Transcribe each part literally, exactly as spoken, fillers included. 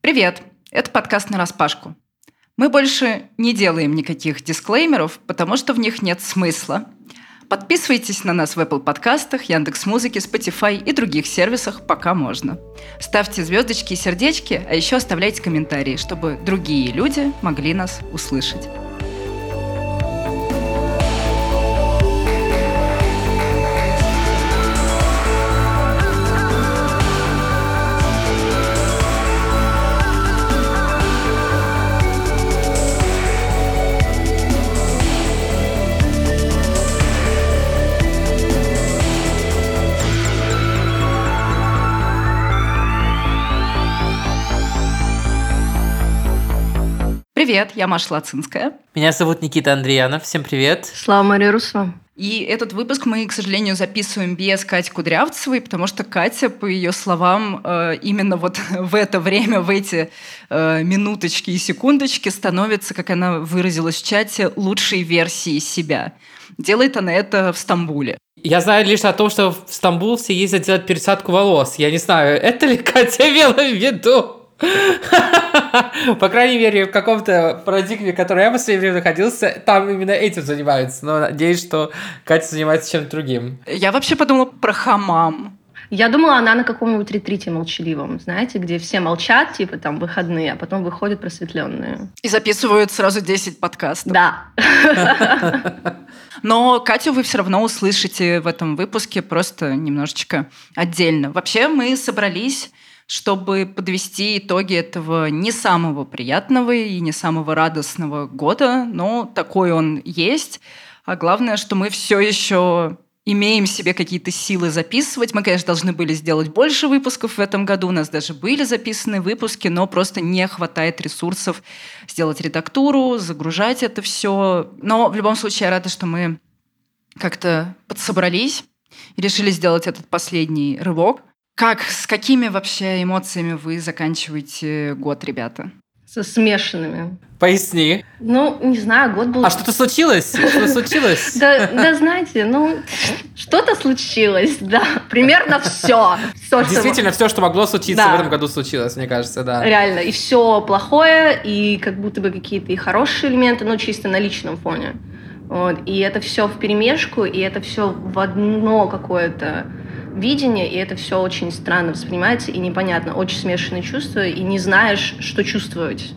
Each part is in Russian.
Привет! Это подкаст «Нараспашку». Мы больше не делаем никаких дисклеймеров, потому что в них нет смысла. Подписывайтесь на нас в Apple подкастах, Яндекс.Музыке, Spotify и других сервисах, пока можно. Ставьте звездочки и сердечки, а еще оставляйте комментарии, чтобы другие люди могли нас услышать. Привет, я Маша Лацинская. Меня зовут Никита Андреянов. Всем привет. Слава Мария Русова. И этот выпуск мы, к сожалению, записываем без Кати Кудрявцевой, потому что Катя, по ее словам, именно вот в это время, в эти минуточки и секундочки становится, как она выразилась в чате, лучшей версией себя. Делает она это в Стамбуле. Я знаю лишь о том, что в Стамбул все ездят делать пересадку волос. Я не знаю, это ли Катя имела в виду? По крайней мере, в каком-то парадигме, в которой я в последнее время находился, там именно этим занимаются. Но надеюсь, что Катя занимается чем-то другим. Я вообще подумала про хамам. Я думала, она на каком-нибудь ретрите молчаливом, знаете, где все молчат, типа там выходные, а потом выходят просветленные. И записывают сразу десять подкастов. Да. Но Катю вы все равно услышите в этом выпуске просто немножечко отдельно. Вообще мы собрались, чтобы подвести итоги этого не самого приятного и не самого радостного года, но такой он есть. А главное, что мы все еще имеем в себе какие-то силы записывать. Мы, конечно, должны были сделать больше выпусков в этом году. У нас даже были записаны выпуски, но просто не хватает ресурсов сделать редактуру, загружать это все. Но в любом случае я рада, что мы как-то подсобрались и решили сделать этот последний рывок. Как, с какими вообще эмоциями вы заканчиваете год, ребята? Со смешанными. Поясни. Ну, не знаю, год был... А что-то случилось? Что случилось? Да, да, знаете, ну, что-то случилось, да. Примерно все. Действительно, все, что могло случиться в этом году, случилось, мне кажется, да. Реально. И все плохое, и как будто бы какие-то и хорошие элементы, но чисто на личном фоне. Вот. И это все вперемешку, и это все в одно какое-то видение, и это все очень странно воспринимается и непонятно. Очень смешанные чувства, и не знаешь, что чувствовать.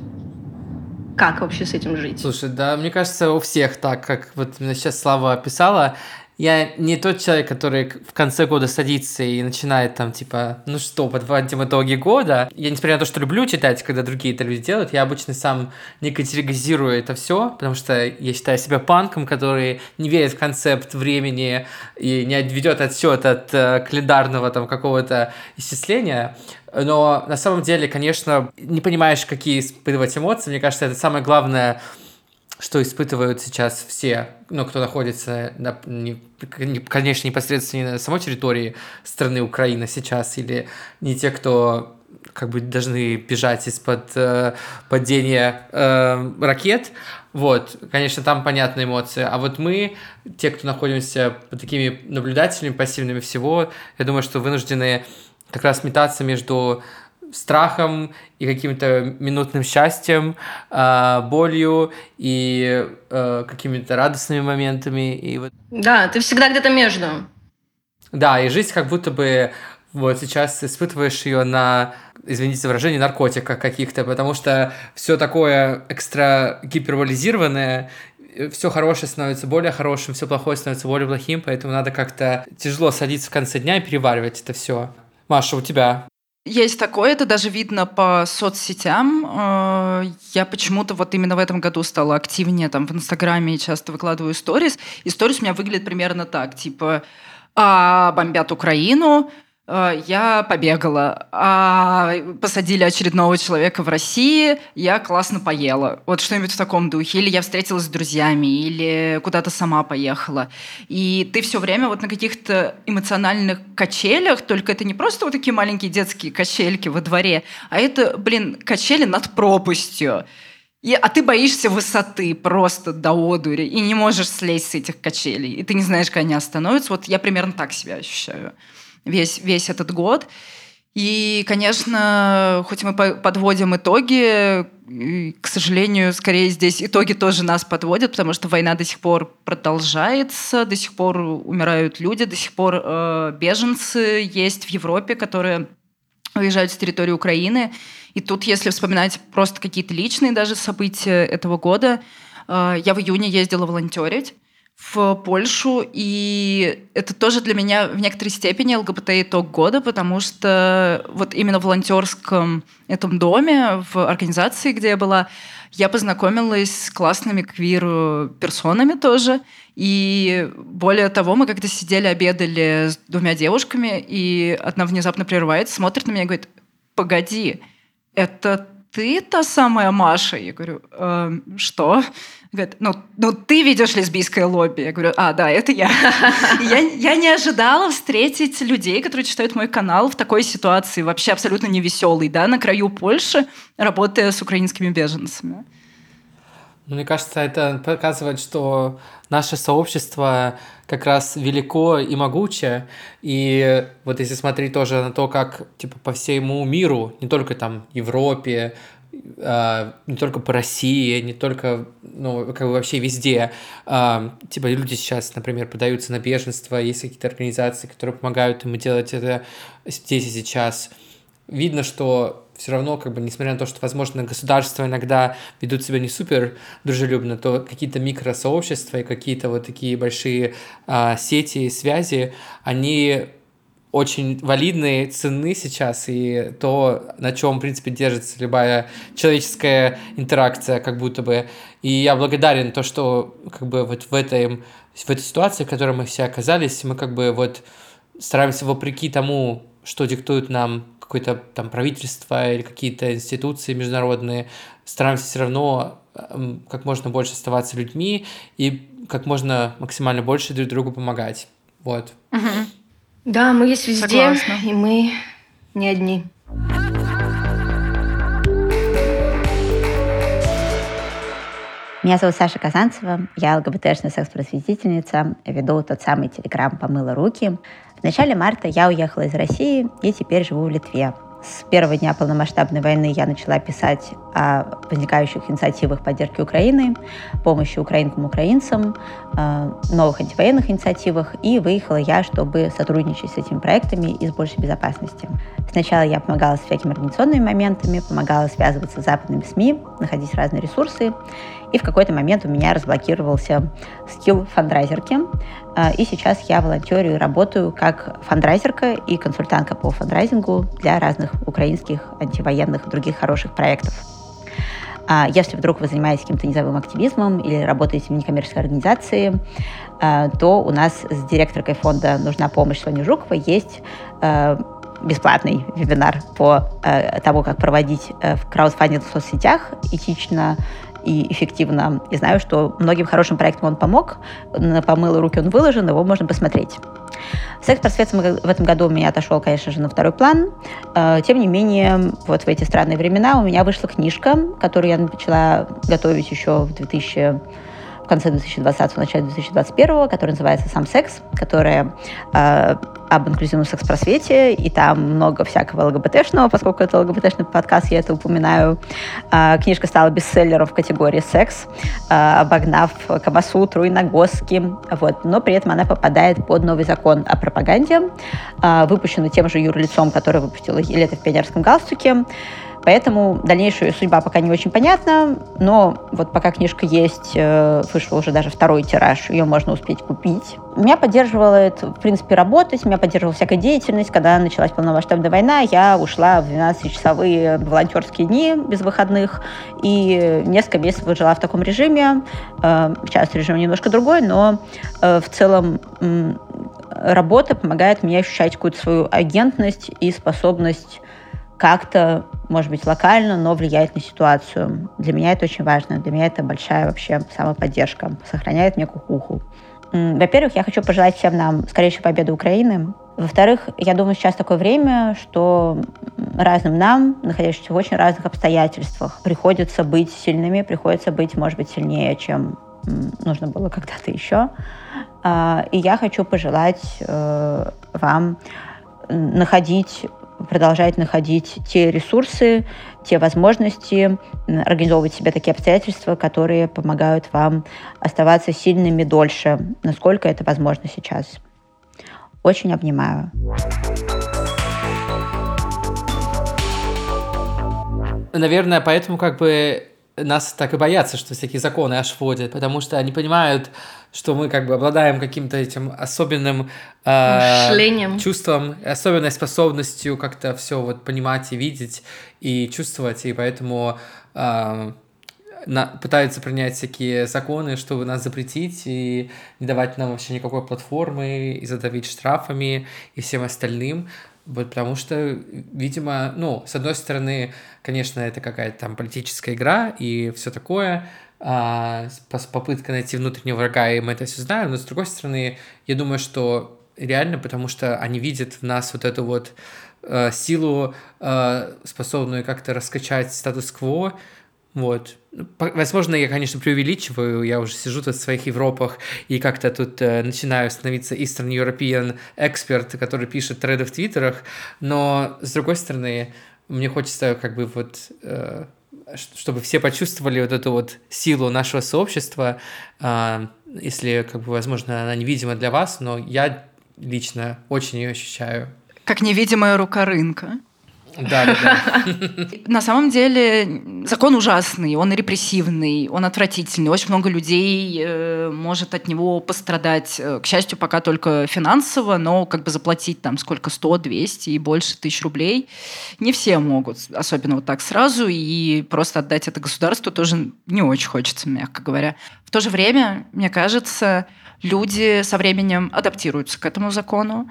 Как вообще с этим жить? Слушай, да, мне кажется, у всех так, как вот именно сейчас Слава описала. Я не тот человек, который в конце года садится и начинает там, типа, ну что, подводим итоги года. Я, несмотря на то, что люблю читать, когда другие это люди делают, я обычно сам не категоризирую это все, потому что я считаю себя панком, который не верит в концепт времени и не ведет отсчет от э, календарного там какого-то исчисления. Но на самом деле, конечно, не понимаешь, какие испытывать эмоции. Мне кажется, это самое главное, что испытывают сейчас все, ну, кто находится, на, не, не, конечно, непосредственно не на самой территории страны Украина сейчас, или не те, кто как бы должны бежать из-под э, падения э, ракет. Вот, конечно, там понятны эмоции. А вот мы, те, кто находимся под такими наблюдателями, пассивными всего, я думаю, что вынуждены как раз метаться между страхом и каким-то минутным счастьем, э, болью и э, какими-то радостными моментами. И вот... Да, ты всегда где-то между. Да, и жизнь как будто бы вот сейчас испытываешь ее на, извините за выражение, наркотиках каких-то, потому что все такое экстра гиперболизированное, все хорошее становится более хорошим, все плохое становится более плохим, поэтому надо как-то тяжело садиться в конце дня и переваривать это все. Маша, у тебя? Есть такое, это даже видно по соцсетям. Я почему-то вот именно в этом году стала активнее там в Инстаграме и часто выкладываю сторис. И сторис у меня выглядит примерно так, типа а, бомбят Украину, я побегала, а посадили очередного человека в России, я классно поела. Вот что-нибудь в таком духе. Или я встретилась с друзьями, или куда-то сама поехала. И ты все время вот на каких-то эмоциональных качелях, только это не просто вот такие маленькие детские качельки во дворе, а это, блин, качели над пропастью. И, а ты боишься высоты просто до одури и не можешь слезть с этих качелей. И ты не знаешь, когда они остановятся. Вот я примерно так себя ощущаю весь, весь этот год. И, конечно, хоть мы подводим итоги, к сожалению, скорее здесь итоги тоже нас подводят, потому что война до сих пор продолжается, до сих пор умирают люди, до сих пор э, беженцы есть в Европе, которые уезжают с территории Украины. И тут, если вспоминать просто какие-то личные даже события этого года, э, я в июне ездила волонтерить в Польшу, и это тоже для меня в некоторой степени ЛГБТ-итог года, потому что вот именно в волонтерском этом доме, в организации, где я была, я познакомилась с классными квир-персонами тоже, и более того, мы как-то сидели, обедали с двумя девушками, и одна внезапно прерывается, смотрит на меня и говорит: «Погоди, это ты та самая Маша?» Я говорю: э, «Что?» Говорит: ну, ну, ты ведешь лесбийское лобби. Я говорю: а, да, это я. я. Я не ожидала встретить людей, которые читают мой канал в такой ситуации, вообще абсолютно невеселой, да, на краю Польши, работая с украинскими беженцами. Мне кажется, это показывает, что наше сообщество как раз велико и могучее. И вот если смотреть тоже на то, как типа по всему миру, не только там Европе, не только по России, не только, ну, как бы вообще везде. Типа люди сейчас, например, подаются на беженство, есть какие-то организации, которые помогают им делать это здесь и сейчас. Видно, что все равно, как бы, несмотря на то, что, возможно, государства иногда ведут себя не супер дружелюбно, то какие-то микросообщества и какие-то вот такие большие а, сети, связи, они очень валидные, ценны сейчас, и то, на чем, в принципе, держится любая человеческая интеракция, как будто бы. И я благодарен то, что как бы вот в этой, в этой ситуации, в которой мы все оказались, мы как бы вот стараемся вопреки тому, что диктует нам какое-то там правительство или какие-то институции международные, стараемся все равно как можно больше оставаться людьми и как можно максимально больше друг другу помогать. Вот. Угу. Да, мы есть везде, согласна. И мы не одни. Меня зовут Саша Казанцева, я ЛГБТшная секс-просветительница, веду тот самый телеграм «Помыла руки». В начале марта я уехала из России и теперь живу в Литве. С первого дня полномасштабной войны я начала писать о возникающих инициативах поддержки Украины, помощи украинкам и украинцам, новых антивоенных инициативах, и выехала я, чтобы сотрудничать с этими проектами и с большей безопасностью. Сначала я помогала с всякими организационными моментами, помогала связываться с западными СМИ, находить разные ресурсы, и в какой-то момент у меня разблокировался скилл фандрайзерки, и сейчас я волонтерю и работаю как фандрайзерка и консультантка по фандрайзингу для разных украинских, антивоенных и других хороших проектов. Если вдруг вы занимаетесь каким-то низовым активизмом или работаете в некоммерческой организации, то у нас с директоркой фонда «Нужна помощь» Соней Жуковой есть бесплатный вебинар по тому, как проводить краудфандинг в соцсетях этично и эффективно. И знаю, что многим хорошим проектам он помог. На «Помыла руки» он выложен, его можно посмотреть. Секс-просвет в этом году у меня отошел, конечно же, на второй план. Тем не менее, вот в эти странные времена у меня вышла книжка, которую я начала готовить еще в две тысячи в конце две тысячи двадцатого, в начале две тысячи двадцать первого, которая называется «Сам секс», которая э, об инклюзивном секс-просвете, и там много всякого ЛГБТшного, поскольку это ЛГБТшный подкаст, я это упоминаю. Э, книжка стала бестселлером в категории «Секс», э, обогнав Камасутру и Нагоски, вот. Но при этом она попадает под новый закон о пропаганде, э, выпущенный тем же юрлицом, который выпустил «Лето в пионерском галстуке». Поэтому дальнейшая судьба пока не очень понятна, но вот пока книжка есть, вышел уже даже второй тираж, ее можно успеть купить. Меня поддерживала это, в принципе, работать, меня поддерживала всякая деятельность. Когда началась полномасштабная война, я ушла в двенадцатичасовые волонтерские дни без выходных и несколько месяцев жила в таком режиме. Сейчас режим немножко другой, но в целом работа помогает мне ощущать какую-то свою агентность и способность как-то, может быть, локально, но влияет на ситуацию. Для меня это очень важно. Для меня это большая вообще самоподдержка. Сохраняет мне кукуху. Во-первых, я хочу пожелать всем нам скорейшей победы Украины. Во-вторых, я думаю, сейчас такое время, что разным нам, находящимся в очень разных обстоятельствах, приходится быть сильными, приходится быть, может быть, сильнее, чем нужно было когда-то еще. И я хочу пожелать вам находить продолжать находить те ресурсы, те возможности, организовывать себе такие обстоятельства, которые помогают вам оставаться сильными дольше, насколько это возможно сейчас. Очень обнимаю. Наверное, поэтому как бы нас так и боятся, что всякие законы аж вводят, потому что они понимают, что мы как бы обладаем каким-то этим особенным э, чувством, особенной способностью как-то все вот понимать и видеть и чувствовать, и поэтому э, на, пытаются принять всякие законы, чтобы нас запретить и не давать нам вообще никакой платформы, и задавить штрафами и всем остальным. Вот потому что, видимо, ну, с одной стороны, конечно, это какая-то там политическая игра и все такое, а, попытка найти внутреннего врага, и мы это все знаем, но с другой стороны, я думаю, что реально, потому что они видят в нас вот эту вот э, силу, э, способную как-то раскачать статус-кво, вот. Возможно, я, конечно, преувеличиваю, я уже сижу тут в своих Европах и как-то тут э, начинаю становиться Eastern European expert, который пишет треды в твиттерах, но, с другой стороны, мне хочется как бы вот, э, чтобы все почувствовали вот эту вот силу нашего сообщества, э, если, как бы, возможно, она невидима для вас, но я лично очень ее ощущаю. Как невидимая рука рынка. Да, да, да. На самом деле закон ужасный, он репрессивный, он отвратительный. Очень много людей э, может от него пострадать. К счастью, пока только финансово, но как бы заплатить там сколько, сто, двести и больше тысяч рублей не все могут, особенно вот так сразу, и просто отдать это государству тоже не очень хочется, мягко говоря. В то же время, мне кажется, люди со временем адаптируются к этому закону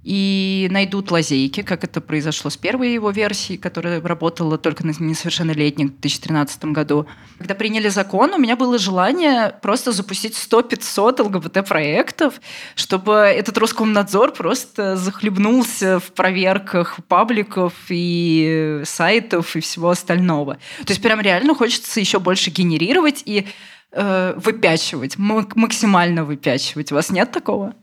и найдут лазейки, как это произошло с первой его версией, которая работала только на несовершеннолетних в две тысячи тринадцатом году. Когда приняли закон, у меня было желание просто запустить сто-пятьсот ЛГБТ-проектов, чтобы этот Роскомнадзор просто захлебнулся в проверках пабликов и сайтов и всего остального. То есть прям реально хочется еще больше генерировать и э, выпячивать, максимально выпячивать. У вас нет такого?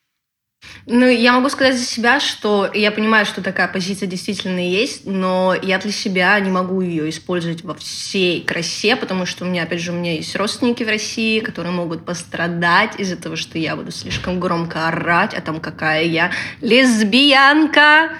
Ну, я могу сказать за себя, что я понимаю, что такая позиция действительно есть, но я для себя не могу ее использовать во всей красе, потому что у меня, опять же, у меня есть родственники в России, которые могут пострадать из-за того, что я буду слишком громко орать, а там какая я лесбиянка.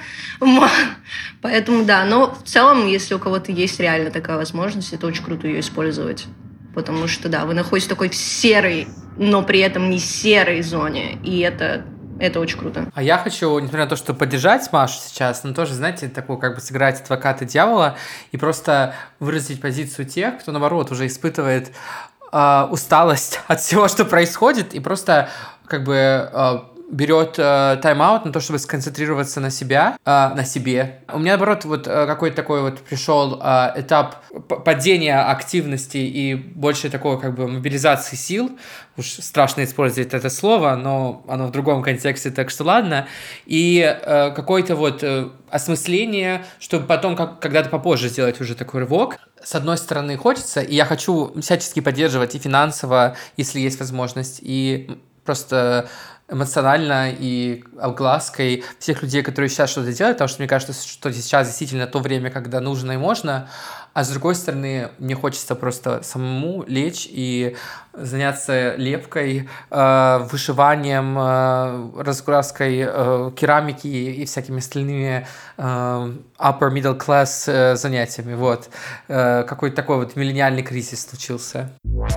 Поэтому да, но в целом, если у кого-то есть реально такая возможность, это очень круто ее использовать. Потому что, да, вы находитесь в такой серой, но при этом не серой зоне, и это... Это очень круто. А я хочу, несмотря на то, что поддержать Машу сейчас, но тоже, знаете, такую как бы сыграть адвоката дьявола и просто выразить позицию тех, кто, наоборот, уже испытывает э, усталость от всего, что происходит, и просто как бы э, берет э, тайм-аут на то, чтобы сконцентрироваться на себя, э, на себе. У меня, наоборот, вот э, какой-то такой вот пришел э, этап падения активности и больше такого как бы мобилизации сил. Уж страшно использовать это слово, но оно в другом контексте, так что ладно. И э, какое-то вот э, осмысление, чтобы потом как, когда-то попозже сделать уже такой рывок. С одной стороны, хочется, и я хочу всячески поддерживать и финансово, если есть возможность, и просто эмоционально и глазкой всех людей, которые сейчас что-то делают, потому что мне кажется, что сейчас действительно то время, когда нужно и можно, а с другой стороны, мне хочется просто самому лечь и заняться лепкой, э, вышиванием, э, разкраской э, керамики и всякими остальными э, upper middle class э, занятиями. Вот. Э, какой-то такой вот миллениальный кризис случился.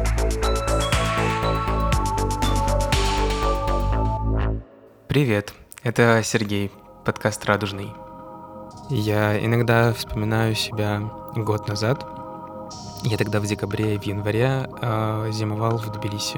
Привет, это Сергей, подкаст «Радужный». Я иногда вспоминаю себя год назад. Я тогда в декабре и в январе э, зимовал в Тбилиси.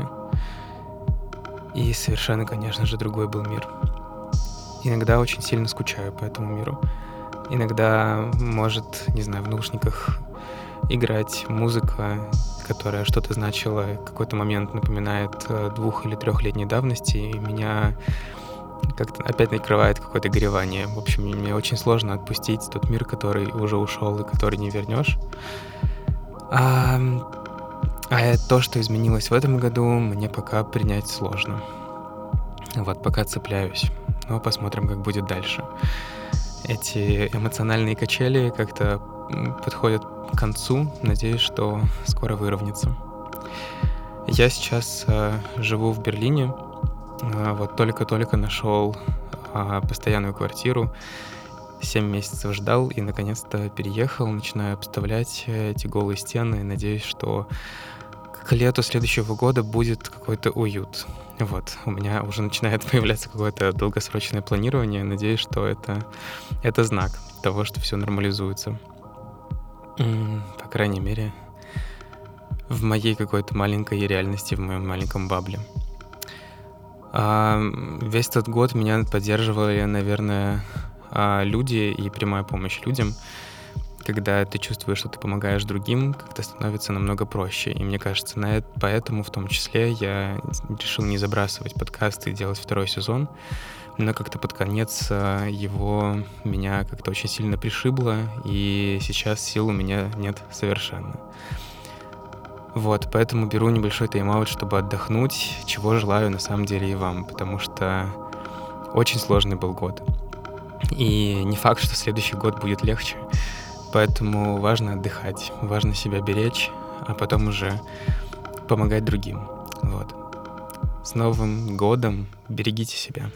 И совершенно, конечно же, другой был мир. Иногда очень сильно скучаю по этому миру. Иногда может, не знаю, в наушниках играть музыка, которая что-то значила, какой-то момент напоминает двух- или трехлетней давности, и меня как-то опять накрывает какое-то горевание. В общем, мне очень сложно отпустить тот мир, который уже ушел и который не вернешь. А, а то, что изменилось в этом году, мне пока принять сложно. Вот, пока цепляюсь. Но посмотрим, как будет дальше. эти эмоциональные качели как-то подходят к концу. Надеюсь, что скоро выровняется. Я сейчас э, живу в Берлине. Э, вот только-только нашел э, постоянную квартиру. Семь месяцев ждал и наконец-то переехал. Начинаю обставлять эти голые стены. Надеюсь, что к лету следующего года будет какой-то уют. Вот, у меня уже начинает появляться какое-то долгосрочное планирование. Надеюсь, что это, это знак того, что все нормализуется. По крайней мере, в моей какой-то маленькой реальности, в моем маленьком бабле. А весь этот год меня поддерживали, наверное, люди и прямая помощь людям. Когда ты чувствуешь, что ты помогаешь другим, как-то становится намного проще. И мне кажется, на это, поэтому в том числе я решил не забрасывать подкаст и делать второй сезон. Но как-то под конец его меня как-то очень сильно пришибло, и сейчас сил у меня нет совершенно. Вот, поэтому беру небольшой тайм-аут, чтобы отдохнуть, чего желаю на самом деле и вам, потому что очень сложный был год. И не факт, что следующий год будет легче. Поэтому важно отдыхать, важно себя беречь, а потом уже помогать другим. Вот. С Новым годом! Берегите себя!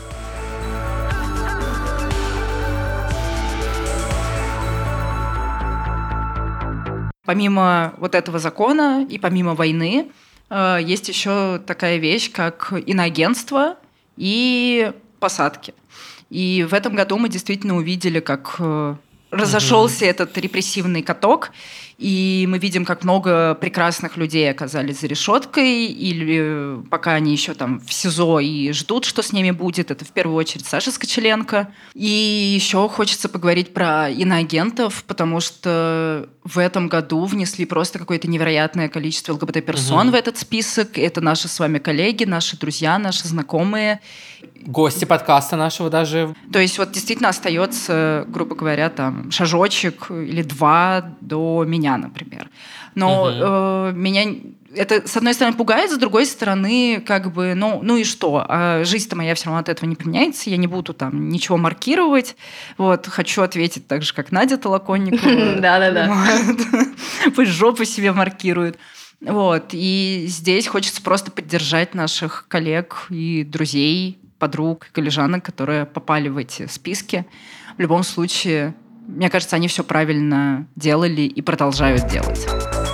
Помимо вот этого закона и помимо войны, э, есть еще такая вещь, как иноагентство и посадки. И в этом году мы действительно увидели, как э, разошелся mm-hmm. этот репрессивный каток, и мы видим, как много прекрасных людей оказались за решеткой, или пока они еще там в СИЗО и ждут, что с ними будет. Это в первую очередь Саша Скочеленко. И еще хочется поговорить про иноагентов, потому что в этом году внесли просто какое-то невероятное количество ЛГБТ-персон mm-hmm. в этот список. Это наши с вами коллеги, наши друзья, наши знакомые. Гости подкаста нашего даже. То есть вот действительно остается, грубо говоря, там шажочек или два до меня, например. Но угу. э, меня это, с одной стороны, пугает, с другой стороны, как бы, ну, ну и что? А жизнь-то моя все равно от этого не поменяется, я не буду там ничего маркировать. Вот, хочу ответить так же, как Надя Толоконникова. Да-да-да. Пусть жопу себе маркирует. Вот, и здесь хочется просто поддержать наших коллег и друзей, подруг, коллежанок, которые попали в эти списки. В любом случае, мне кажется, они все правильно делали и продолжают делать.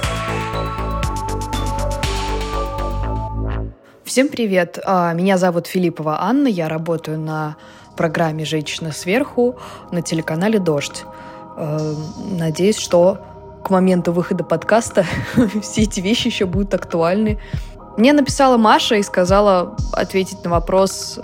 Всем привет! Меня зовут Филиппова Анна, я работаю на программе «Женщина сверху» на телеканале «Дождь». Надеюсь, что к моменту выхода подкаста все эти вещи еще будут актуальны. Мне написала Маша и сказала ответить на вопрос,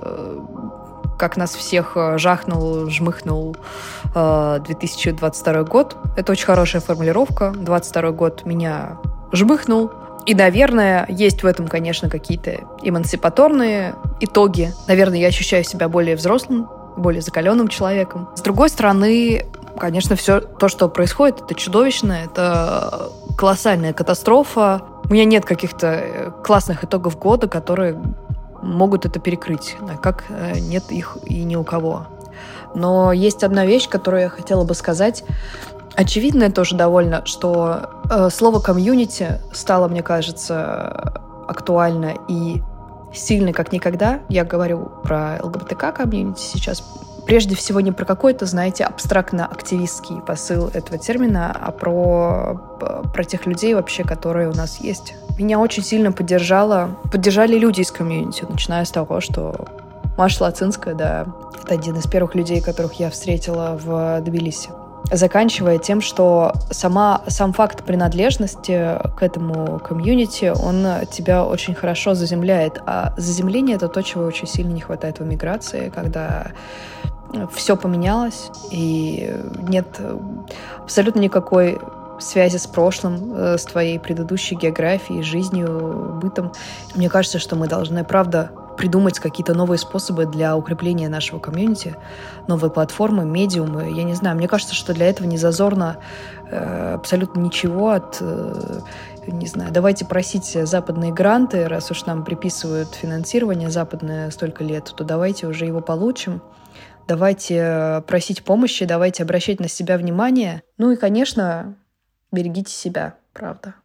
как нас всех жахнул, жмыхнул две тысячи двадцать второй год. Это очень хорошая формулировка. двадцать второй год меня жмыхнул. И, наверное, есть в этом, конечно, какие-то эмансипаторные итоги. Наверное, я ощущаю себя более взрослым, более закаленным человеком. С другой стороны, конечно, все то, что происходит, это чудовищно, это колоссальная катастрофа. У меня нет каких-то классных итогов года, которые могут это перекрыть, как нет их и ни у кого. Но есть одна вещь, которую я хотела бы сказать. Очевидно тоже довольно, что э, слово «комьюнити» стало, мне кажется, актуально и сильно как никогда. Я говорю про ЛГБТК-комьюнити сейчас. Прежде всего не про какой-то, знаете, абстрактно-активистский посыл этого термина, а про, про тех людей вообще, которые у нас есть. Меня очень сильно поддержала, поддержали люди из комьюнити, начиная с того, что Маша Лацинская, да, это один из первых людей, которых я встретила в Тбилиси. Заканчивая тем, что сама, сам факт принадлежности к этому комьюнити, он тебя очень хорошо заземляет. А заземление — это то, чего очень сильно не хватает в эмиграции, когда все поменялось, и нет абсолютно никакой связи с прошлым, с твоей предыдущей географией, жизнью, бытом. Мне кажется, что мы должны, правда, придумать какие-то новые способы для укрепления нашего комьюнити, новые платформы, медиумы. Я не знаю, мне кажется, что для этого не зазорно э, абсолютно ничего от, э, не знаю, давайте просить западные гранты, раз уж нам приписывают финансирование западное столько лет, то давайте уже его получим. давайте просить помощи, давайте обращать на себя внимание. Ну и, конечно, берегите себя, правда.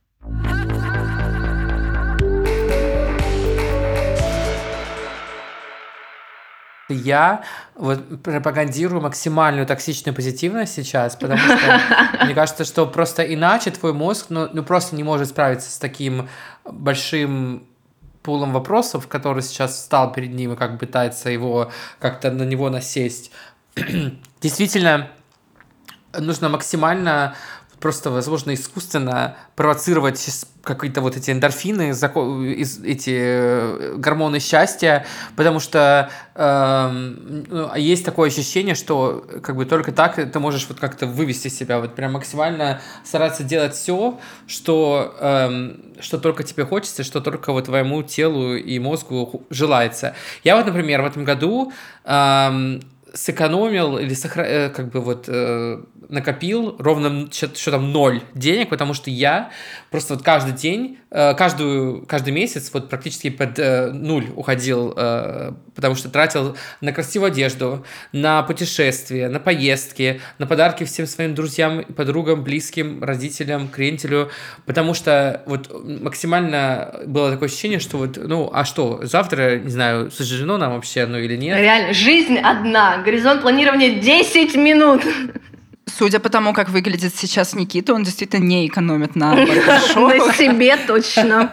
Я вот пропагандирую максимальную токсичную позитивность сейчас, потому что мне кажется, что просто иначе твой мозг ну, ну просто не может справиться с таким большим пулом вопросов, который сейчас встал перед ним и как пытается его как-то на него насесть. Действительно, нужно максимально просто, возможно, искусственно провоцировать какие-то вот эти эндорфины, эти гормоны счастья, потому что э, есть такое ощущение, что как бы только так ты можешь вот как-то вывести себя, вот прям максимально стараться делать все, что, э, что только тебе хочется, что только вот твоему телу и мозгу желается. Я вот, например, в этом году э, сэкономил или сохра... как бы вот э, накопил ровно что, что там ноль денег, потому что я просто вот каждый день, э, каждую, каждый месяц вот практически под э, нуль уходил, э, потому что тратил на красивую одежду, на путешествия, на поездки, на подарки всем своим друзьям, подругам, близким, родителям, клиентелю, потому что вот максимально было такое ощущение, что вот, ну, а что, завтра, не знаю, суждено нам вообще, ну или нет? Реально, жизнь одна. Горизонт планирования десять минут. Судя по тому, как выглядит сейчас Никита, он действительно не экономит на барбершоп. На себе точно.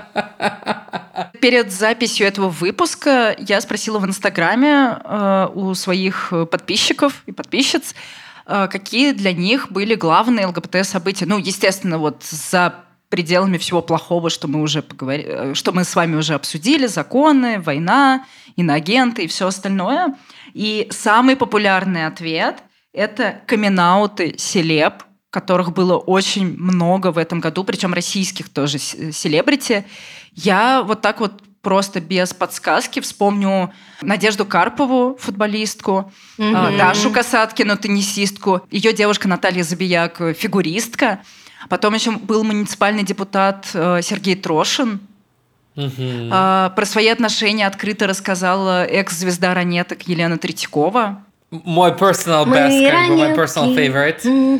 Перед записью этого выпуска я спросила в Инстаграме э, у своих подписчиков и подписчиц, э, какие для них были главные ЛГБТ-события. Ну, естественно, вот за пределами всего плохого, что мы уже поговорили, что мы с вами уже обсудили, законы, война, иноагенты и все остальное. И самый популярный ответ – это камин-ауты селеб, которых было очень много в этом году, причем российских тоже селебрити. Я вот так вот просто без подсказки вспомню Надежду Карпову, футболистку, mm-hmm. Дашу Касаткину, теннисистку, ее девушка Наталья Забияк, фигуристка. Потом еще был муниципальный депутат Сергей Трошин. Mm-hmm. А, про свои отношения открыто рассказала экс-звезда ранеток Елена Третьякова. Мой personal best, как бы, мой personal favorite.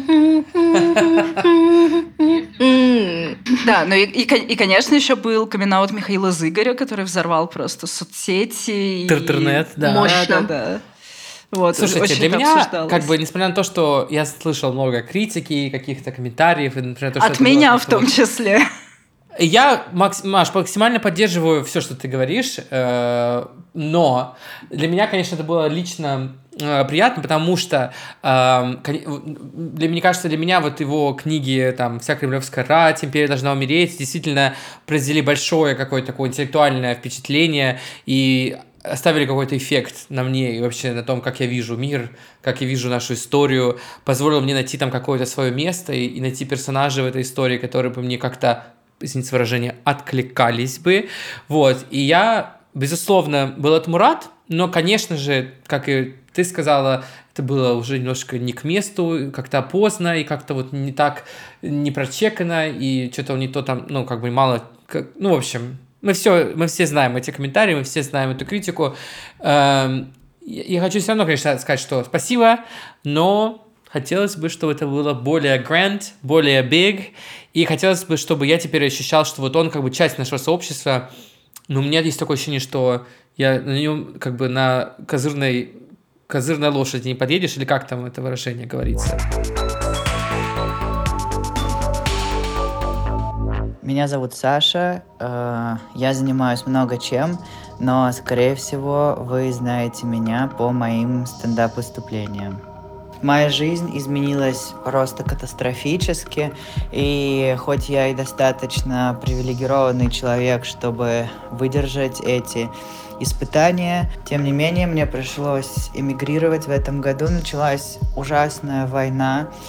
Да, ну и, и, и, конечно, еще был камин-аут Михаила Зыгоря, который взорвал просто соцсети. Интернет, да. Мощно. Да, да, да. Вот, слушайте, очень для меня, обсуждалось. как бы, несмотря на то, что я слышал много критики, каких-то комментариев, и, например, то, что от меня было, в том числе. Я, Макс, Маш, максимально поддерживаю все, что ты говоришь, э, но для меня, конечно, это было лично э, приятно, потому что э, для меня кажется, для меня вот его книги, там, «Вся кремлевская рать», «Империя должна умереть» действительно произвели большое какое-то такое интеллектуальное впечатление и оставили какой-то эффект на мне и вообще на том, как я вижу мир, как я вижу нашу историю, позволило мне найти там какое-то свое место и, и найти персонажей в этой истории, которые бы мне как-то, извините выражение, откликались бы. Вот. И я, безусловно, был этому рад, но, конечно же, как и ты сказала, это было уже немножко не к месту, как-то поздно и как-то вот не так, не прочекано, и что-то не то там, ну, как бы мало... Как, ну, в общем, мы все, мы все знаем эти комментарии, мы все знаем эту критику. Я хочу все равно, конечно, сказать, что спасибо, но хотелось бы, чтобы это было более grand, более big, и хотелось бы, чтобы я теперь ощущал, что вот он как бы часть нашего сообщества, но у меня есть такое ощущение, что я на нем как бы на козырной, козырной лошади не подъедешь, или как там это выражение говорится? Меня зовут Саша, я занимаюсь много чем, но, скорее всего, вы знаете меня по моим стендап-выступлениям. Моя жизнь изменилась просто катастрофически, и хоть я и достаточно привилегированный человек, чтобы выдержать эти испытания, тем не менее мне пришлось эмигрировать в этом году. Началась ужасная война,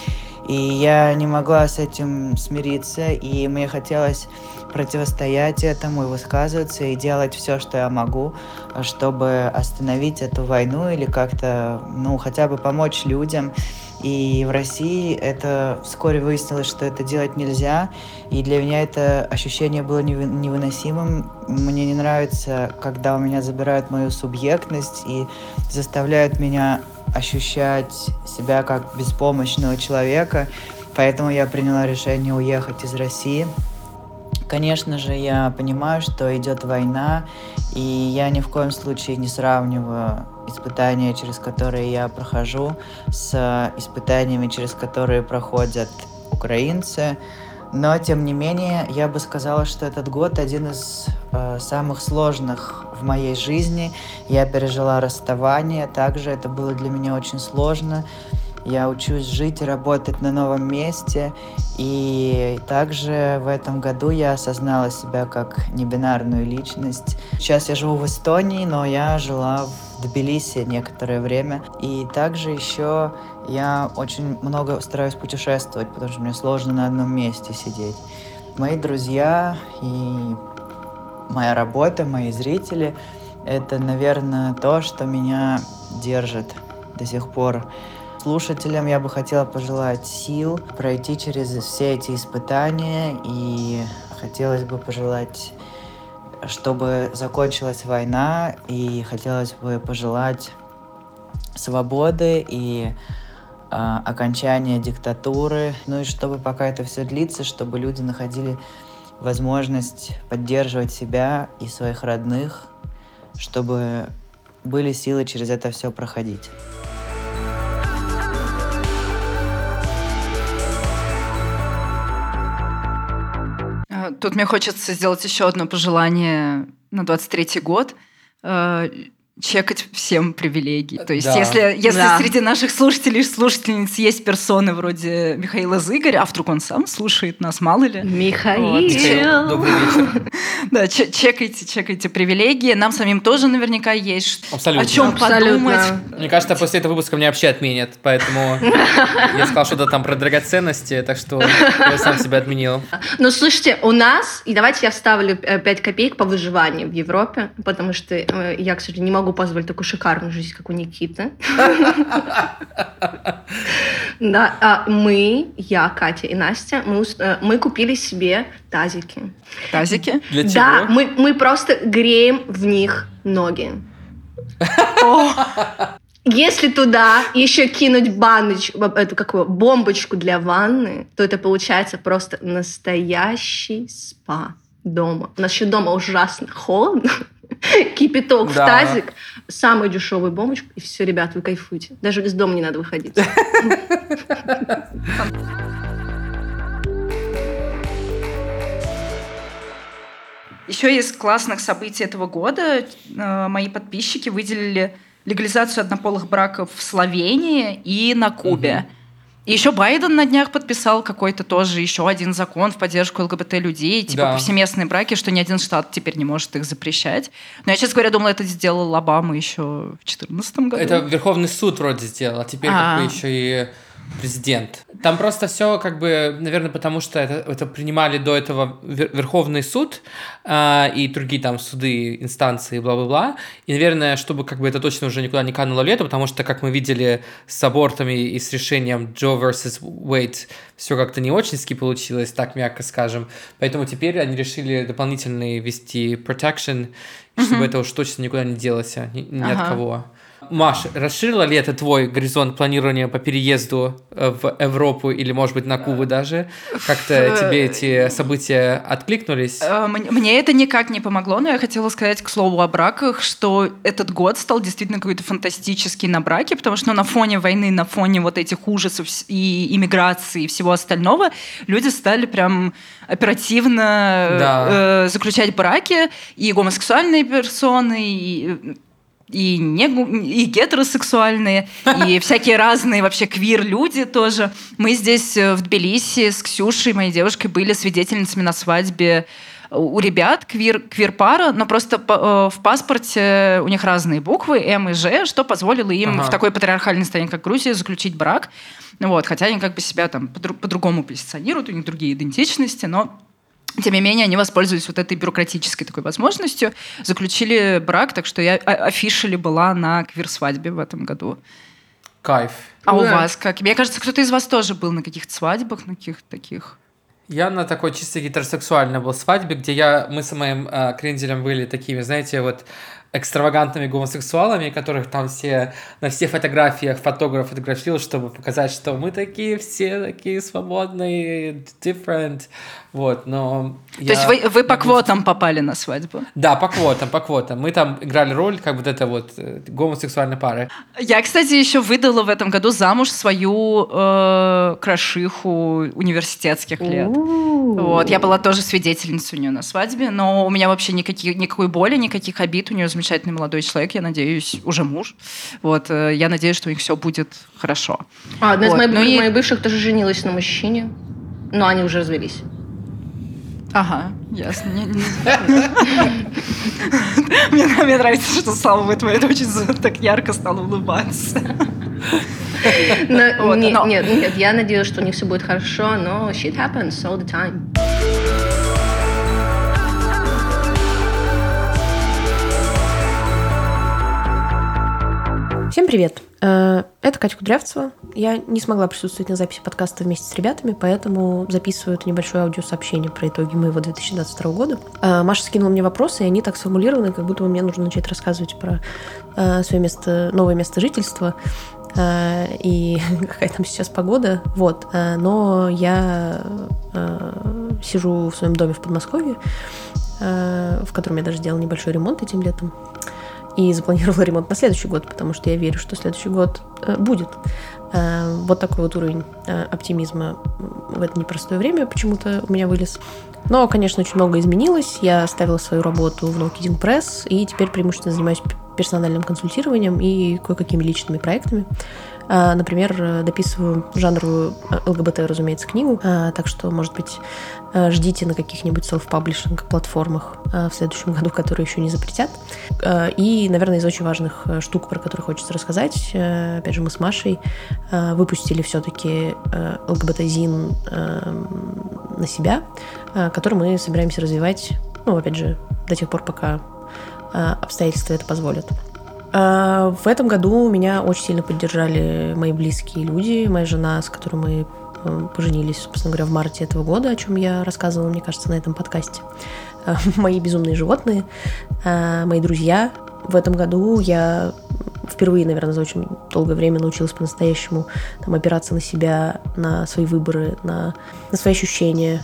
И я не могла с этим смириться, и мне хотелось противостоять этому и высказываться, и делать все, что я могу, чтобы остановить эту войну или как-то, ну, хотя бы помочь людям. И в России это вскоре выяснилось, что это делать нельзя, и для меня это ощущение было невыносимым. Мне не нравится, когда у меня забирают мою субъектность и заставляют меня ощущать себя как беспомощного человека, поэтому я приняла решение уехать из России. Конечно же, я понимаю, что идет война, и я ни в коем случае не сравниваю испытания, через которые я прохожу, с испытаниями, через которые проходят украинцы. Но, тем не менее, я бы сказала, что этот год один из э, самых сложных в моей жизни. Я пережила расставание, также это было для меня очень сложно. Я учусь жить и работать на новом месте, и также в этом году я осознала себя как небинарную личность. Сейчас я живу в Эстонии, но я жила в Тбилиси некоторое время, и также еще я очень много стараюсь путешествовать, потому что мне сложно на одном месте сидеть. Мои друзья и моя работа, мои зрители — это, наверное, то, что меня держит до сих пор. Слушателям я бы хотела пожелать сил пройти через все эти испытания, и хотелось бы пожелать, чтобы закончилась война, и хотелось бы пожелать свободы и э, окончания диктатуры, ну и чтобы пока это все длится, чтобы люди находили возможность поддерживать себя и своих родных, чтобы были силы через это все проходить. Тут мне хочется сделать еще одно пожелание на двадцать третий год. Чекать всем привилегии. То есть, да. если, если да. среди наших слушателей и слушательниц есть персоны вроде Михаила Зыгоря, а вдруг он сам слушает нас, мало ли. Михаил! Вот. Михаил, добрый вечер. Да, чекайте, чекайте привилегии. Нам самим тоже наверняка есть Абсолютно. о чем Абсолютно. подумать. Мне кажется, после этого выпуска меня вообще отменят, поэтому я сказал что-то там про драгоценности, так что я сам себя отменил. Ну, слушайте, у нас, и давайте я вставлю пять копеек по выживанию в Европе, потому что я, к сожалению, не могу позволить такую шикарную жизнь, как у Никиты. Да, мы, я, Катя и Настя, мы, мы купили себе тазики. Тазики? Для чего? Да, мы, мы просто греем в них ноги. Если туда еще кинуть баночку, эту какую бомбочку для ванны, то это получается просто настоящий спа дома. У нас еще дома ужасно холодно. Кипяток да. в тазик, самую дешевую бомбочку, и все, ребят, вы кайфуете. Даже из дома не надо выходить. Еще из классных событий этого года мои подписчики выделили легализацию однополых браков в Словении и на Кубе. Угу. И еще Байден на днях подписал какой-то тоже еще один закон в поддержку ЛГБТ-людей, типа да. повсеместные браки, что ни один штат теперь не может их запрещать. Но я, честно говоря, думала, это сделал Обама еще в две тысячи четырнадцатом году. Это Верховный суд вроде сделал, а теперь А-а-а. как бы еще и президент. Там просто все как бы, наверное, потому что это, это принимали до этого Верховный суд э, и другие там суды, инстанции, бла-бла-бла. И, наверное, чтобы как бы это точно уже никуда не кануло лету, потому что, как мы видели с абортами и с решением Джо versus Уэйд, все как-то не очень-ски получилось, так мягко скажем. Поэтому теперь они решили дополнительный ввести protection, mm-hmm. чтобы это уж точно никуда не делось, ни, ни ага. от кого. Маш, расширила ли это твой горизонт планирования по переезду в Европу или, может быть, на Кубу даже? Как-то тебе эти события откликнулись? Мне это никак не помогло, но я хотела сказать, к слову, о браках, что этот год стал действительно какой-то фантастический на браке, потому что ну, на фоне войны, на фоне вот этих ужасов и иммиграции и всего остального люди стали прям оперативно да. э, заключать браки, и гомосексуальные персоны, и... И, не, и гетеросексуальные, и всякие разные вообще квир-люди тоже. Мы здесь в Тбилиси с Ксюшей, моей девушкой, были свидетельницами на свадьбе у ребят квир, квир-пара, но просто по, в паспорте у них разные буквы, М и Ж, что позволило им ага. в такой патриархальной стране, как Грузия, заключить брак. Вот, хотя они как бы себя там по-другому позиционируют, у них другие идентичности, но тем не менее они воспользовались вот этой бюрократической такой возможностью, заключили брак, так что я офишали была на квир-свадьбе в этом году. Кайф. А да. у вас как? Мне кажется, кто-то из вас тоже был на каких-то свадьбах, на каких-то таких... Я на такой чисто гетеросексуальной был свадьбе, где я, мы с моим э, кренделем были такими, знаете, вот экстравагантными гомосексуалами, которых там все на всех фотографиях фотограф фотографировал, чтобы показать, что мы такие все такие свободные, different, вот, но... То я... есть вы, вы по квотам попали на свадьбу? Да, по квотам, по квотам. Мы там играли роль, как вот это вот гомосексуальной пары. Я, кстати, еще выдала в этом году замуж свою э, крашиху университетских лет. Вот, я была тоже свидетельницей у нее на свадьбе, но у меня вообще никаких, никакой боли, никаких обид. У нее замечательный молодой человек, я надеюсь, уже муж. Вот, я надеюсь, что у них все будет хорошо. А, одна вот. из моих, ну моих и... бывших тоже женилась на мужчине, но они уже развелись. Ага, ясно. Мне нравится, что Слава твоя дочь так ярко стала улыбаться. Нет, нет, я надеюсь, что у них все будет хорошо, но shit happens all the time. Всем привет! Это Катя Кудрявцева. Я не смогла присутствовать на записи подкаста вместе с ребятами, поэтому записываю это небольшое аудиосообщение про итоги моего две тысячи двадцать второго года. Маша скинула мне вопросы, и они так сформулированы, как будто бы мне нужно начать рассказывать про свое место, новое место жительства и какая там сейчас погода. Вот. Но я сижу в своем доме в Подмосковье, в котором я даже сделала небольшой ремонт этим летом. И запланировала ремонт на следующий год, потому что я верю, что следующий год э, будет. Э, вот такой вот уровень э, оптимизма в это непростое время почему-то у меня вылез. Но, конечно, очень много изменилось. Я оставила свою работу в Ноукидинг Пресс, и теперь преимущественно занимаюсь персональным консультированием и кое-какими личными проектами. Э, например, дописываю жанровую ЛГБТ, разумеется, книгу. Э, так что, может быть, ждите на каких-нибудь селф-паблишинг-платформах в следующем году, которые еще не запретят. И, наверное, из очень важных штук, про которые хочется рассказать, опять же, мы с Машей выпустили все-таки ЛГБТ-зин на себя, который мы собираемся развивать, ну, опять же, до тех пор, пока обстоятельства это позволят. В этом году меня очень сильно поддержали мои близкие люди, моя жена, с которой мы поженились, собственно говоря, в марте этого года, о чем я рассказывала, мне кажется, на этом подкасте. Мои безумные животные, мои друзья. В этом году я впервые, наверное, за очень долгое время научилась по-настоящему там, опираться на себя, на свои выборы, на, на свои ощущения.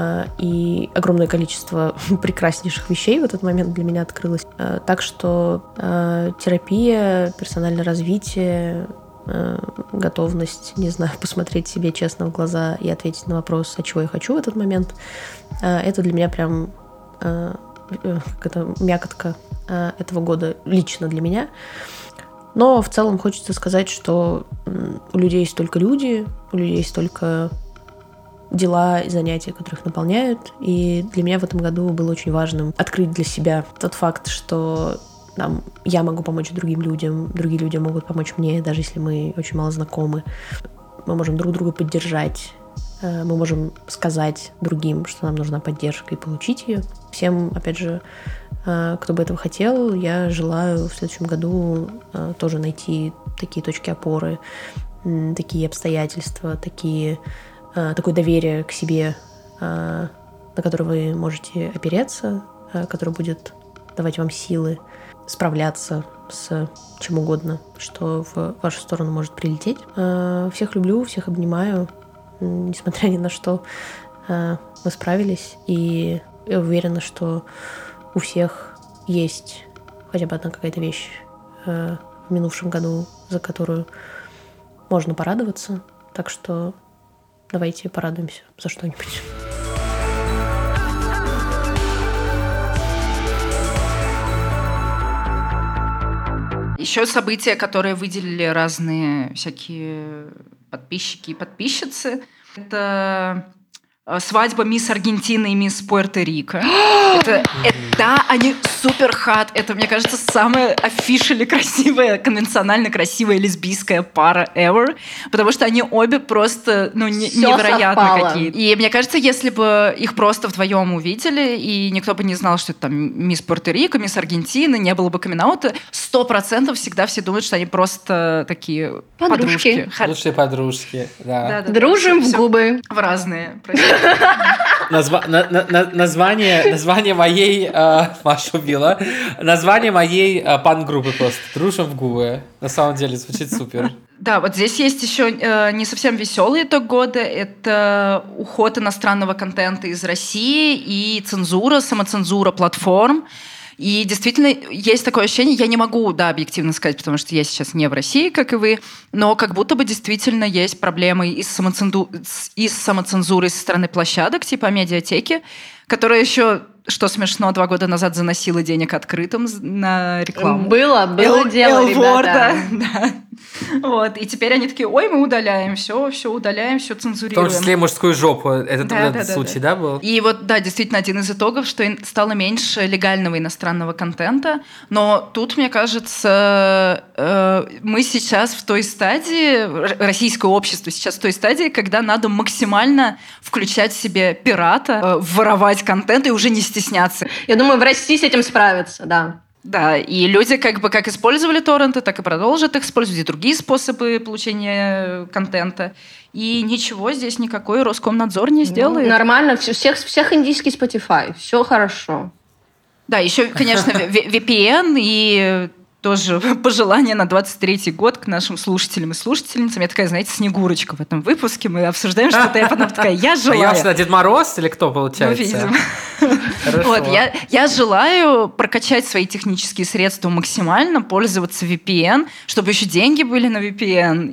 И огромное количество прекраснейших вещей в этот момент для меня открылось. Так что терапия, персональное развитие, готовность, не знаю, посмотреть себе честно в глаза и ответить на вопрос, а чего я хочу в этот момент, это для меня прям какая-то мякотка этого года лично для меня. Но в целом хочется сказать, что у людей есть только люди, у людей есть только дела и занятия, которые их наполняют. И для меня в этом году было очень важным открыть для себя тот факт, что там, я могу помочь другим людям, другие люди могут помочь мне, даже если мы очень мало знакомы. Мы можем друг друга поддержать, мы можем сказать другим, что нам нужна поддержка, и получить ее. Всем, опять же, кто бы этого хотел, я желаю в следующем году тоже найти такие точки опоры, такие обстоятельства, такие, такое доверие к себе, на которое вы можете опереться, которое будет давать вам силы справляться с чем угодно, что в вашу сторону может прилететь. Всех люблю, всех обнимаю. Несмотря ни на что, мы справились. И я уверена, что у всех есть хотя бы одна какая-то вещь в минувшем году, за которую можно порадоваться. Так что давайте порадуемся за что-нибудь. Еще события, которые выделили разные всякие подписчики и подписчицы, это свадьба мисс Аргентины и мисс Пуэрто-Рико. это, это, да, они супер хат. Это, мне кажется, самая офишали красивая, конвенционально красивая лесбийская пара ever. Потому что они обе просто ну, не, невероятно совпало. какие-то. И мне кажется, если бы их просто вдвоем увидели, и никто бы не знал, что это там мисс Пуэрто-Рико, мисс Аргентины, не было бы камин-аута, сто процентов всегда все думают, что они просто такие Подружки. подружки. Лучшие подружки, да. Да, да, Дружим да, в всё- губы. В разные. простите. Назва- на- на- на- название, название моей... э, Маша убила. Название моей э, панк-группы просто. «Дружим в губы». На самом деле звучит супер. Да, вот здесь есть еще э, не совсем веселый итог года. Это уход иностранного контента из России и цензура, самоцензура платформ. И действительно есть такое ощущение, я не могу, да, объективно сказать, потому что я сейчас не в России, как и вы, но как будто бы действительно есть проблемы и с, самоцензу... и с самоцензурой со стороны площадок, типа медиатеки, которая еще, что смешно, два года назад заносила денег открытым на рекламу. Было, было Эл- дело, Элвор, ребята. да, да. Вот. И теперь они такие, ой, мы удаляем все, все удаляем, все В цензурируем. том числе мужскую жопу. Это Да, этот да, да, случай, да. да, был? И вот, да, действительно, один из итогов, что ин- стало меньше легального иностранного контента, но тут, мне кажется, э, мы сейчас в той стадии, р- российское общество сейчас в той стадии, когда надо максимально включать в себе пирата, э, воровать контент и уже не стесняться. Я думаю, в России с этим справятся, да. Да, и люди как бы как использовали торренты, так и продолжат их использовать, и другие способы получения контента. И ничего здесь никакой Роскомнадзор не сделает. Ну, нормально, всё- всех, всех индийский Spotify, все хорошо. Да, еще, конечно, ви- ви пи эн и тоже пожелание на двадцать третий год к нашим слушателям и слушательницам. Я такая, знаете, Снегурочка в этом выпуске. Мы обсуждаем что-то, я потом такая, я А желаю. я что, Дед Мороз или кто Ну, получается? видимо. Хорошо. Вот, я, я желаю прокачать свои технические средства максимально, пользоваться ви пи эн, чтобы еще деньги были на ви пи эн,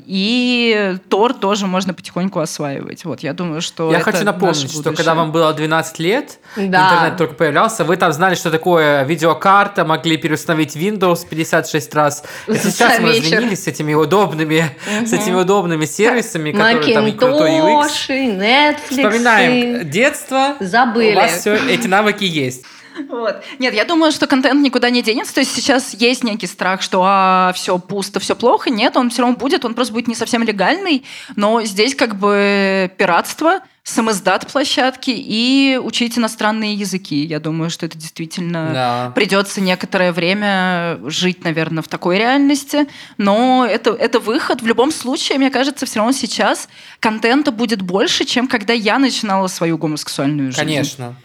и Тор тоже можно потихоньку осваивать. Вот, я думаю, что Я это хочу напомнить, наше что будущее. когда вам было двенадцать лет, Да. интернет только появлялся, вы там знали, что такое видеокарта, могли переустановить Windows пятьдесят шесть раз. И За сейчас мы вечер. разленились с этими удобными, с этими удобными сервисами, которые там и крутой ю экс. Макинтоши, Netflix. Вспоминаем детство. Забыли. У вас все эти навыки есть. Вот. Нет, я думаю, что контент никуда не денется. То есть сейчас есть некий страх, что а, все пусто, все плохо. Нет, он все равно будет, он просто будет не совсем легальный. Но здесь как бы пиратство, самиздат площадки и учить иностранные языки. Я думаю, что это действительно Да. придется некоторое время жить, наверное, в такой реальности. Но это, это выход. В любом случае, мне кажется, все равно сейчас контента будет больше, чем когда я начинала свою гомосексуальную жизнь. Конечно.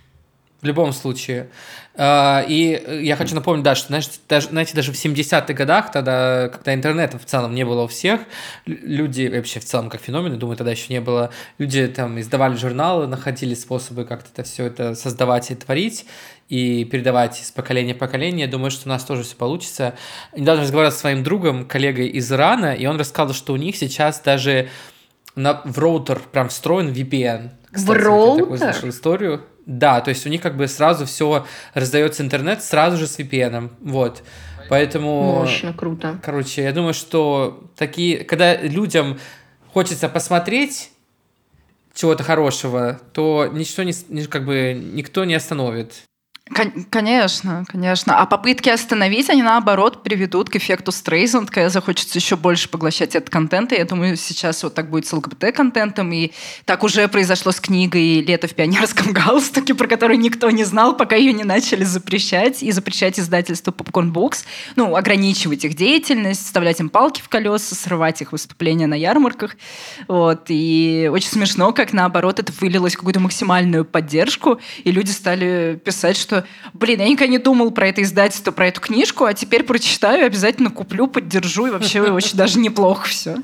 В любом случае. А, И я хочу напомнить, да, что, знаешь, даже, знаете, даже в семидесятых годах, тогда, когда интернета в целом не было у всех, лю- люди, вообще в целом как феномен, думаю, тогда еще не было, люди там издавали журналы, находили способы как-то это все это создавать и творить, и передавать из поколения в поколение. Думаю, что у нас тоже все получится. Недавно разговаривал со своим другом, коллегой из Ирана, и он рассказал, что у них сейчас даже на, в роутер прям встроен ви пи эн. Кстати, вот я такую роутер? слышал историю. Да, то есть у них как бы сразу все раздается интернет сразу же с ви пи эн. Вот. Поэтому... Мощно, круто. Короче, я думаю, что такие... Когда людям хочется посмотреть чего-то хорошего, то ничто не, с- не- как бы никто не остановит. Кон- Конечно, конечно. А попытки остановить, они наоборот приведут к эффекту Стрейзанд, когда захочется еще больше поглощать этот контент. И я думаю, сейчас вот так будет с ЛГБТ-контентом. И так уже произошло с книгой «Лето в пионерском галстуке», про которую никто не знал, пока ее не начали запрещать. И запрещать издательство Popcorn Books. Ну, ограничивать их деятельность, вставлять им палки в колеса, срывать их выступления на ярмарках. Вот. И очень смешно, как наоборот это вылилось в какую-то максимальную поддержку. И люди стали писать, что блин, я никогда не думал про это издательство, про эту книжку, а теперь прочитаю, обязательно куплю, поддержу, и вообще очень даже неплохо все.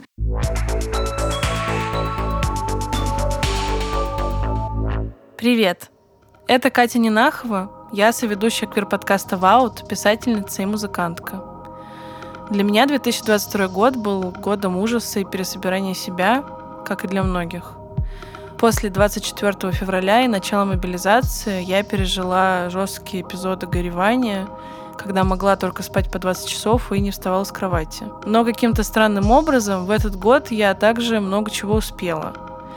Привет! Это Катя Нинахова, я соведущая квир-подкаста «Ваут», писательница и музыкантка. Для меня две тысячи двадцать второй год был годом ужаса и пересобирания себя, как и для многих. После двадцать четвёртого февраля и начала мобилизации я пережила жесткие эпизоды горевания, когда могла только спать по двадцать часов и не вставала с кровати. Но каким-то странным образом в этот год я также много чего успела.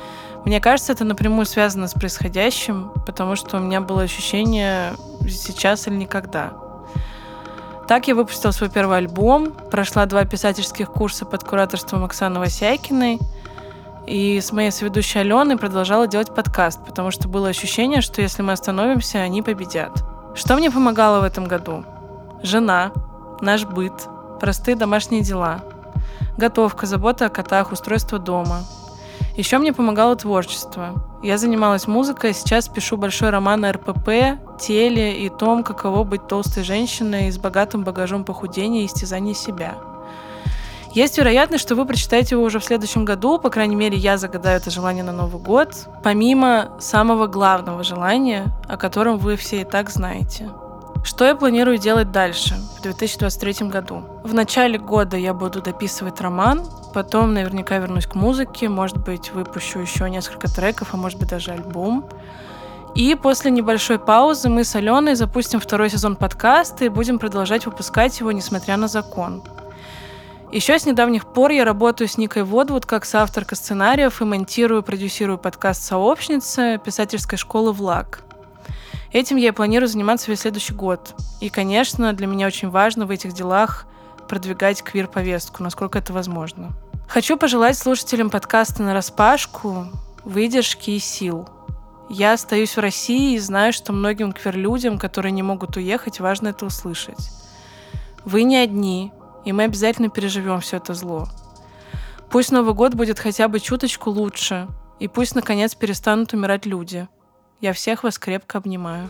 Мне кажется, это напрямую связано с происходящим, потому что у меня было ощущение «сейчас или никогда». Так я выпустила свой первый альбом, прошла два писательских курса под кураторством Оксаны Васякиной и с моей соведущей Аленой продолжала делать подкаст, потому что было ощущение, что если мы остановимся, они победят. Что мне помогало в этом году? Жена, наш быт, простые домашние дела, готовка, забота о котах, устройство дома. Еще мне помогало творчество. Я занималась музыкой, сейчас пишу большой роман о эр пэ пэ, теле и том, каково быть толстой женщиной с богатым багажом похудения и истязания себя. Есть вероятность, что вы прочитаете его уже в следующем году, по крайней мере, я загадаю это желание на Новый год, помимо самого главного желания, о котором вы все и так знаете. Что я планирую делать дальше, в две тысячи двадцать третьем году? В начале года я буду дописывать роман, потом наверняка вернусь к музыке, может быть, выпущу еще несколько треков, а может быть, даже альбом. И после небольшой паузы мы с Аленой запустим второй сезон подкаста и будем продолжать выпускать его, несмотря на закон. Еще с недавних пор я работаю с Никой Водвуд как соавторка сценариев и монтирую, продюсирую подкаст «Сообщница» писательской школы «Влаг». Этим я и планирую заниматься весь следующий год. И, конечно, для меня очень важно в этих делах продвигать квир-повестку, насколько это возможно. Хочу пожелать слушателям подкаста нараспашку выдержки и сил. Я остаюсь в России и знаю, что многим квир-людям, которые не могут уехать, важно это услышать. Вы не одни, и мы обязательно переживем все это зло. Пусть Новый год будет хотя бы чуточку лучше, и пусть, наконец, перестанут умирать люди. Я всех вас крепко обнимаю.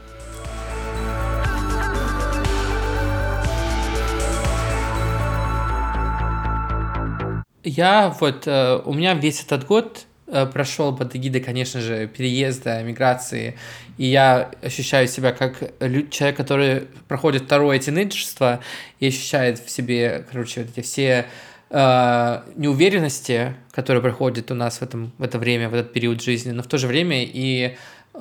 Я вот, э, у меня весь этот год э, прошел под эгидой, конечно же, переезда, миграции, и я ощущаю себя как лю- человек, который проходит второе тинейджерство и ощущает в себе, короче, вот эти все э, неуверенности, которые проходят у нас в, этом, в это время, в этот период жизни, но в то же время и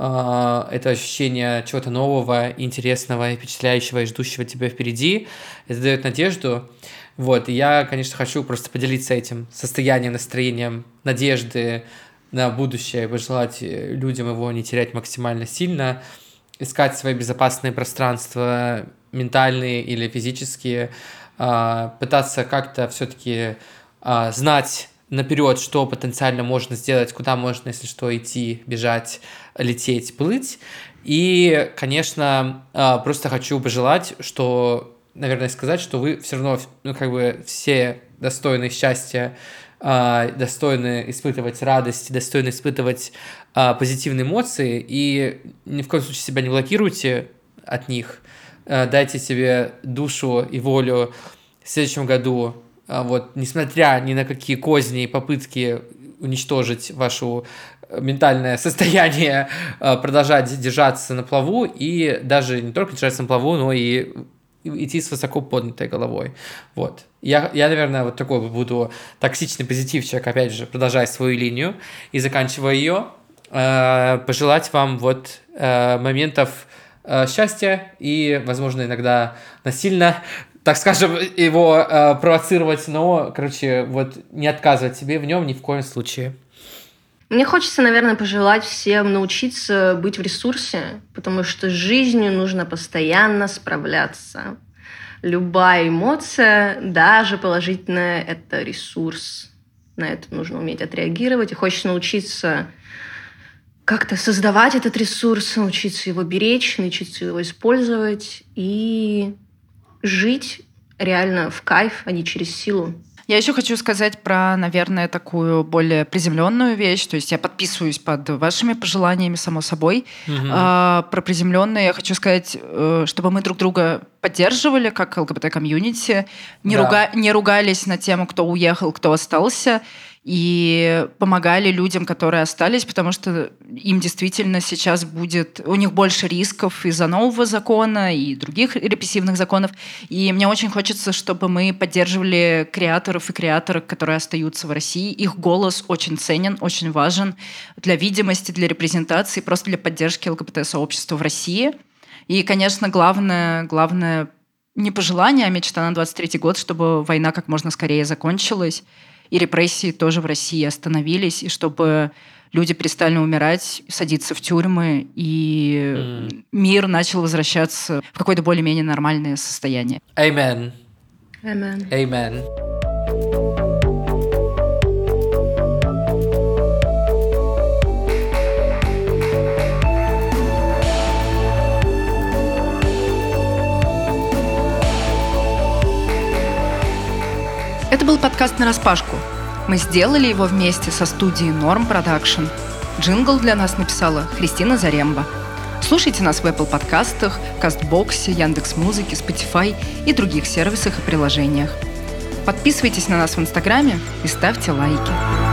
э, это ощущение чего-то нового, интересного, и впечатляющего и ждущего тебя впереди, это дает надежду. Вот, и я, конечно, хочу просто поделиться этим состоянием, настроением, надежды на будущее, пожелать людям его не терять максимально сильно, искать свои безопасные пространства, ментальные или физические, пытаться как-то все-таки знать наперед, что потенциально можно сделать, куда можно, если что, идти, бежать, лететь, плыть. И, конечно, просто хочу пожелать, что наверное, сказать, что вы все равно, ну, как бы все достойны счастья, э, достойны испытывать радость, достойны испытывать э, позитивные эмоции, и ни в коем случае себя не блокируйте от них, э, дайте себе душу и волю в следующем году, э, вот, несмотря ни на какие козни и попытки уничтожить ваше ментальное состояние, э, продолжать держаться на плаву, и даже не только держаться на плаву, но и идти с высоко поднятой головой. Вот. Я, я, наверное, вот такой буду токсичный позитивчик, опять же, продолжая свою линию и заканчивая ее. Э, пожелать вам вот э, моментов э, счастья и, возможно, иногда насильно, так скажем, его э, провоцировать, но, короче, вот не отказывать себе в нем ни в коем случае. Мне хочется, наверное, пожелать всем научиться быть в ресурсе, потому что с жизнью нужно постоянно справляться. Любая эмоция, даже положительная, это ресурс. На это нужно уметь отреагировать. И хочется научиться как-то создавать этот ресурс, научиться его беречь, научиться его использовать и жить реально в кайф, а не через силу. Я еще хочу сказать про, наверное, такую более приземленную вещь. То есть я подписываюсь под вашими пожеланиями, само собой. Угу. А, про приземленное я хочу сказать, чтобы мы друг друга поддерживали как эл гэ бэ тэ-комьюнити, не, да. руга... не ругались на тему, кто уехал, кто остался, и помогали людям, которые остались, потому что им действительно сейчас будет... У них больше рисков из-за нового закона и других репрессивных законов. И мне очень хочется, чтобы мы поддерживали креаторов и креаторок, которые остаются в России. Их голос очень ценен, очень важен для видимости, для репрезентации, просто для поддержки эл гэ бэ тэ-сообщества в России. И, конечно, главное, главное не пожелание, а мечта на двадцать третий год, чтобы война как можно скорее закончилась, и репрессии тоже в России остановились, и чтобы люди перестали умирать, садиться в тюрьмы, и mm. мир начал возвращаться в какое-то более-менее нормальное состояние. Amen. Amen. Amen. Это был подкаст «Нараспашку». Мы сделали его вместе со студией Norm Production. Джингл для нас написала Христина Заремба. Слушайте нас в Apple подкастах, Кастбоксе, Яндекс.Музыке, Spotify и других сервисах и приложениях. Подписывайтесь на нас в Инстаграме и ставьте лайки.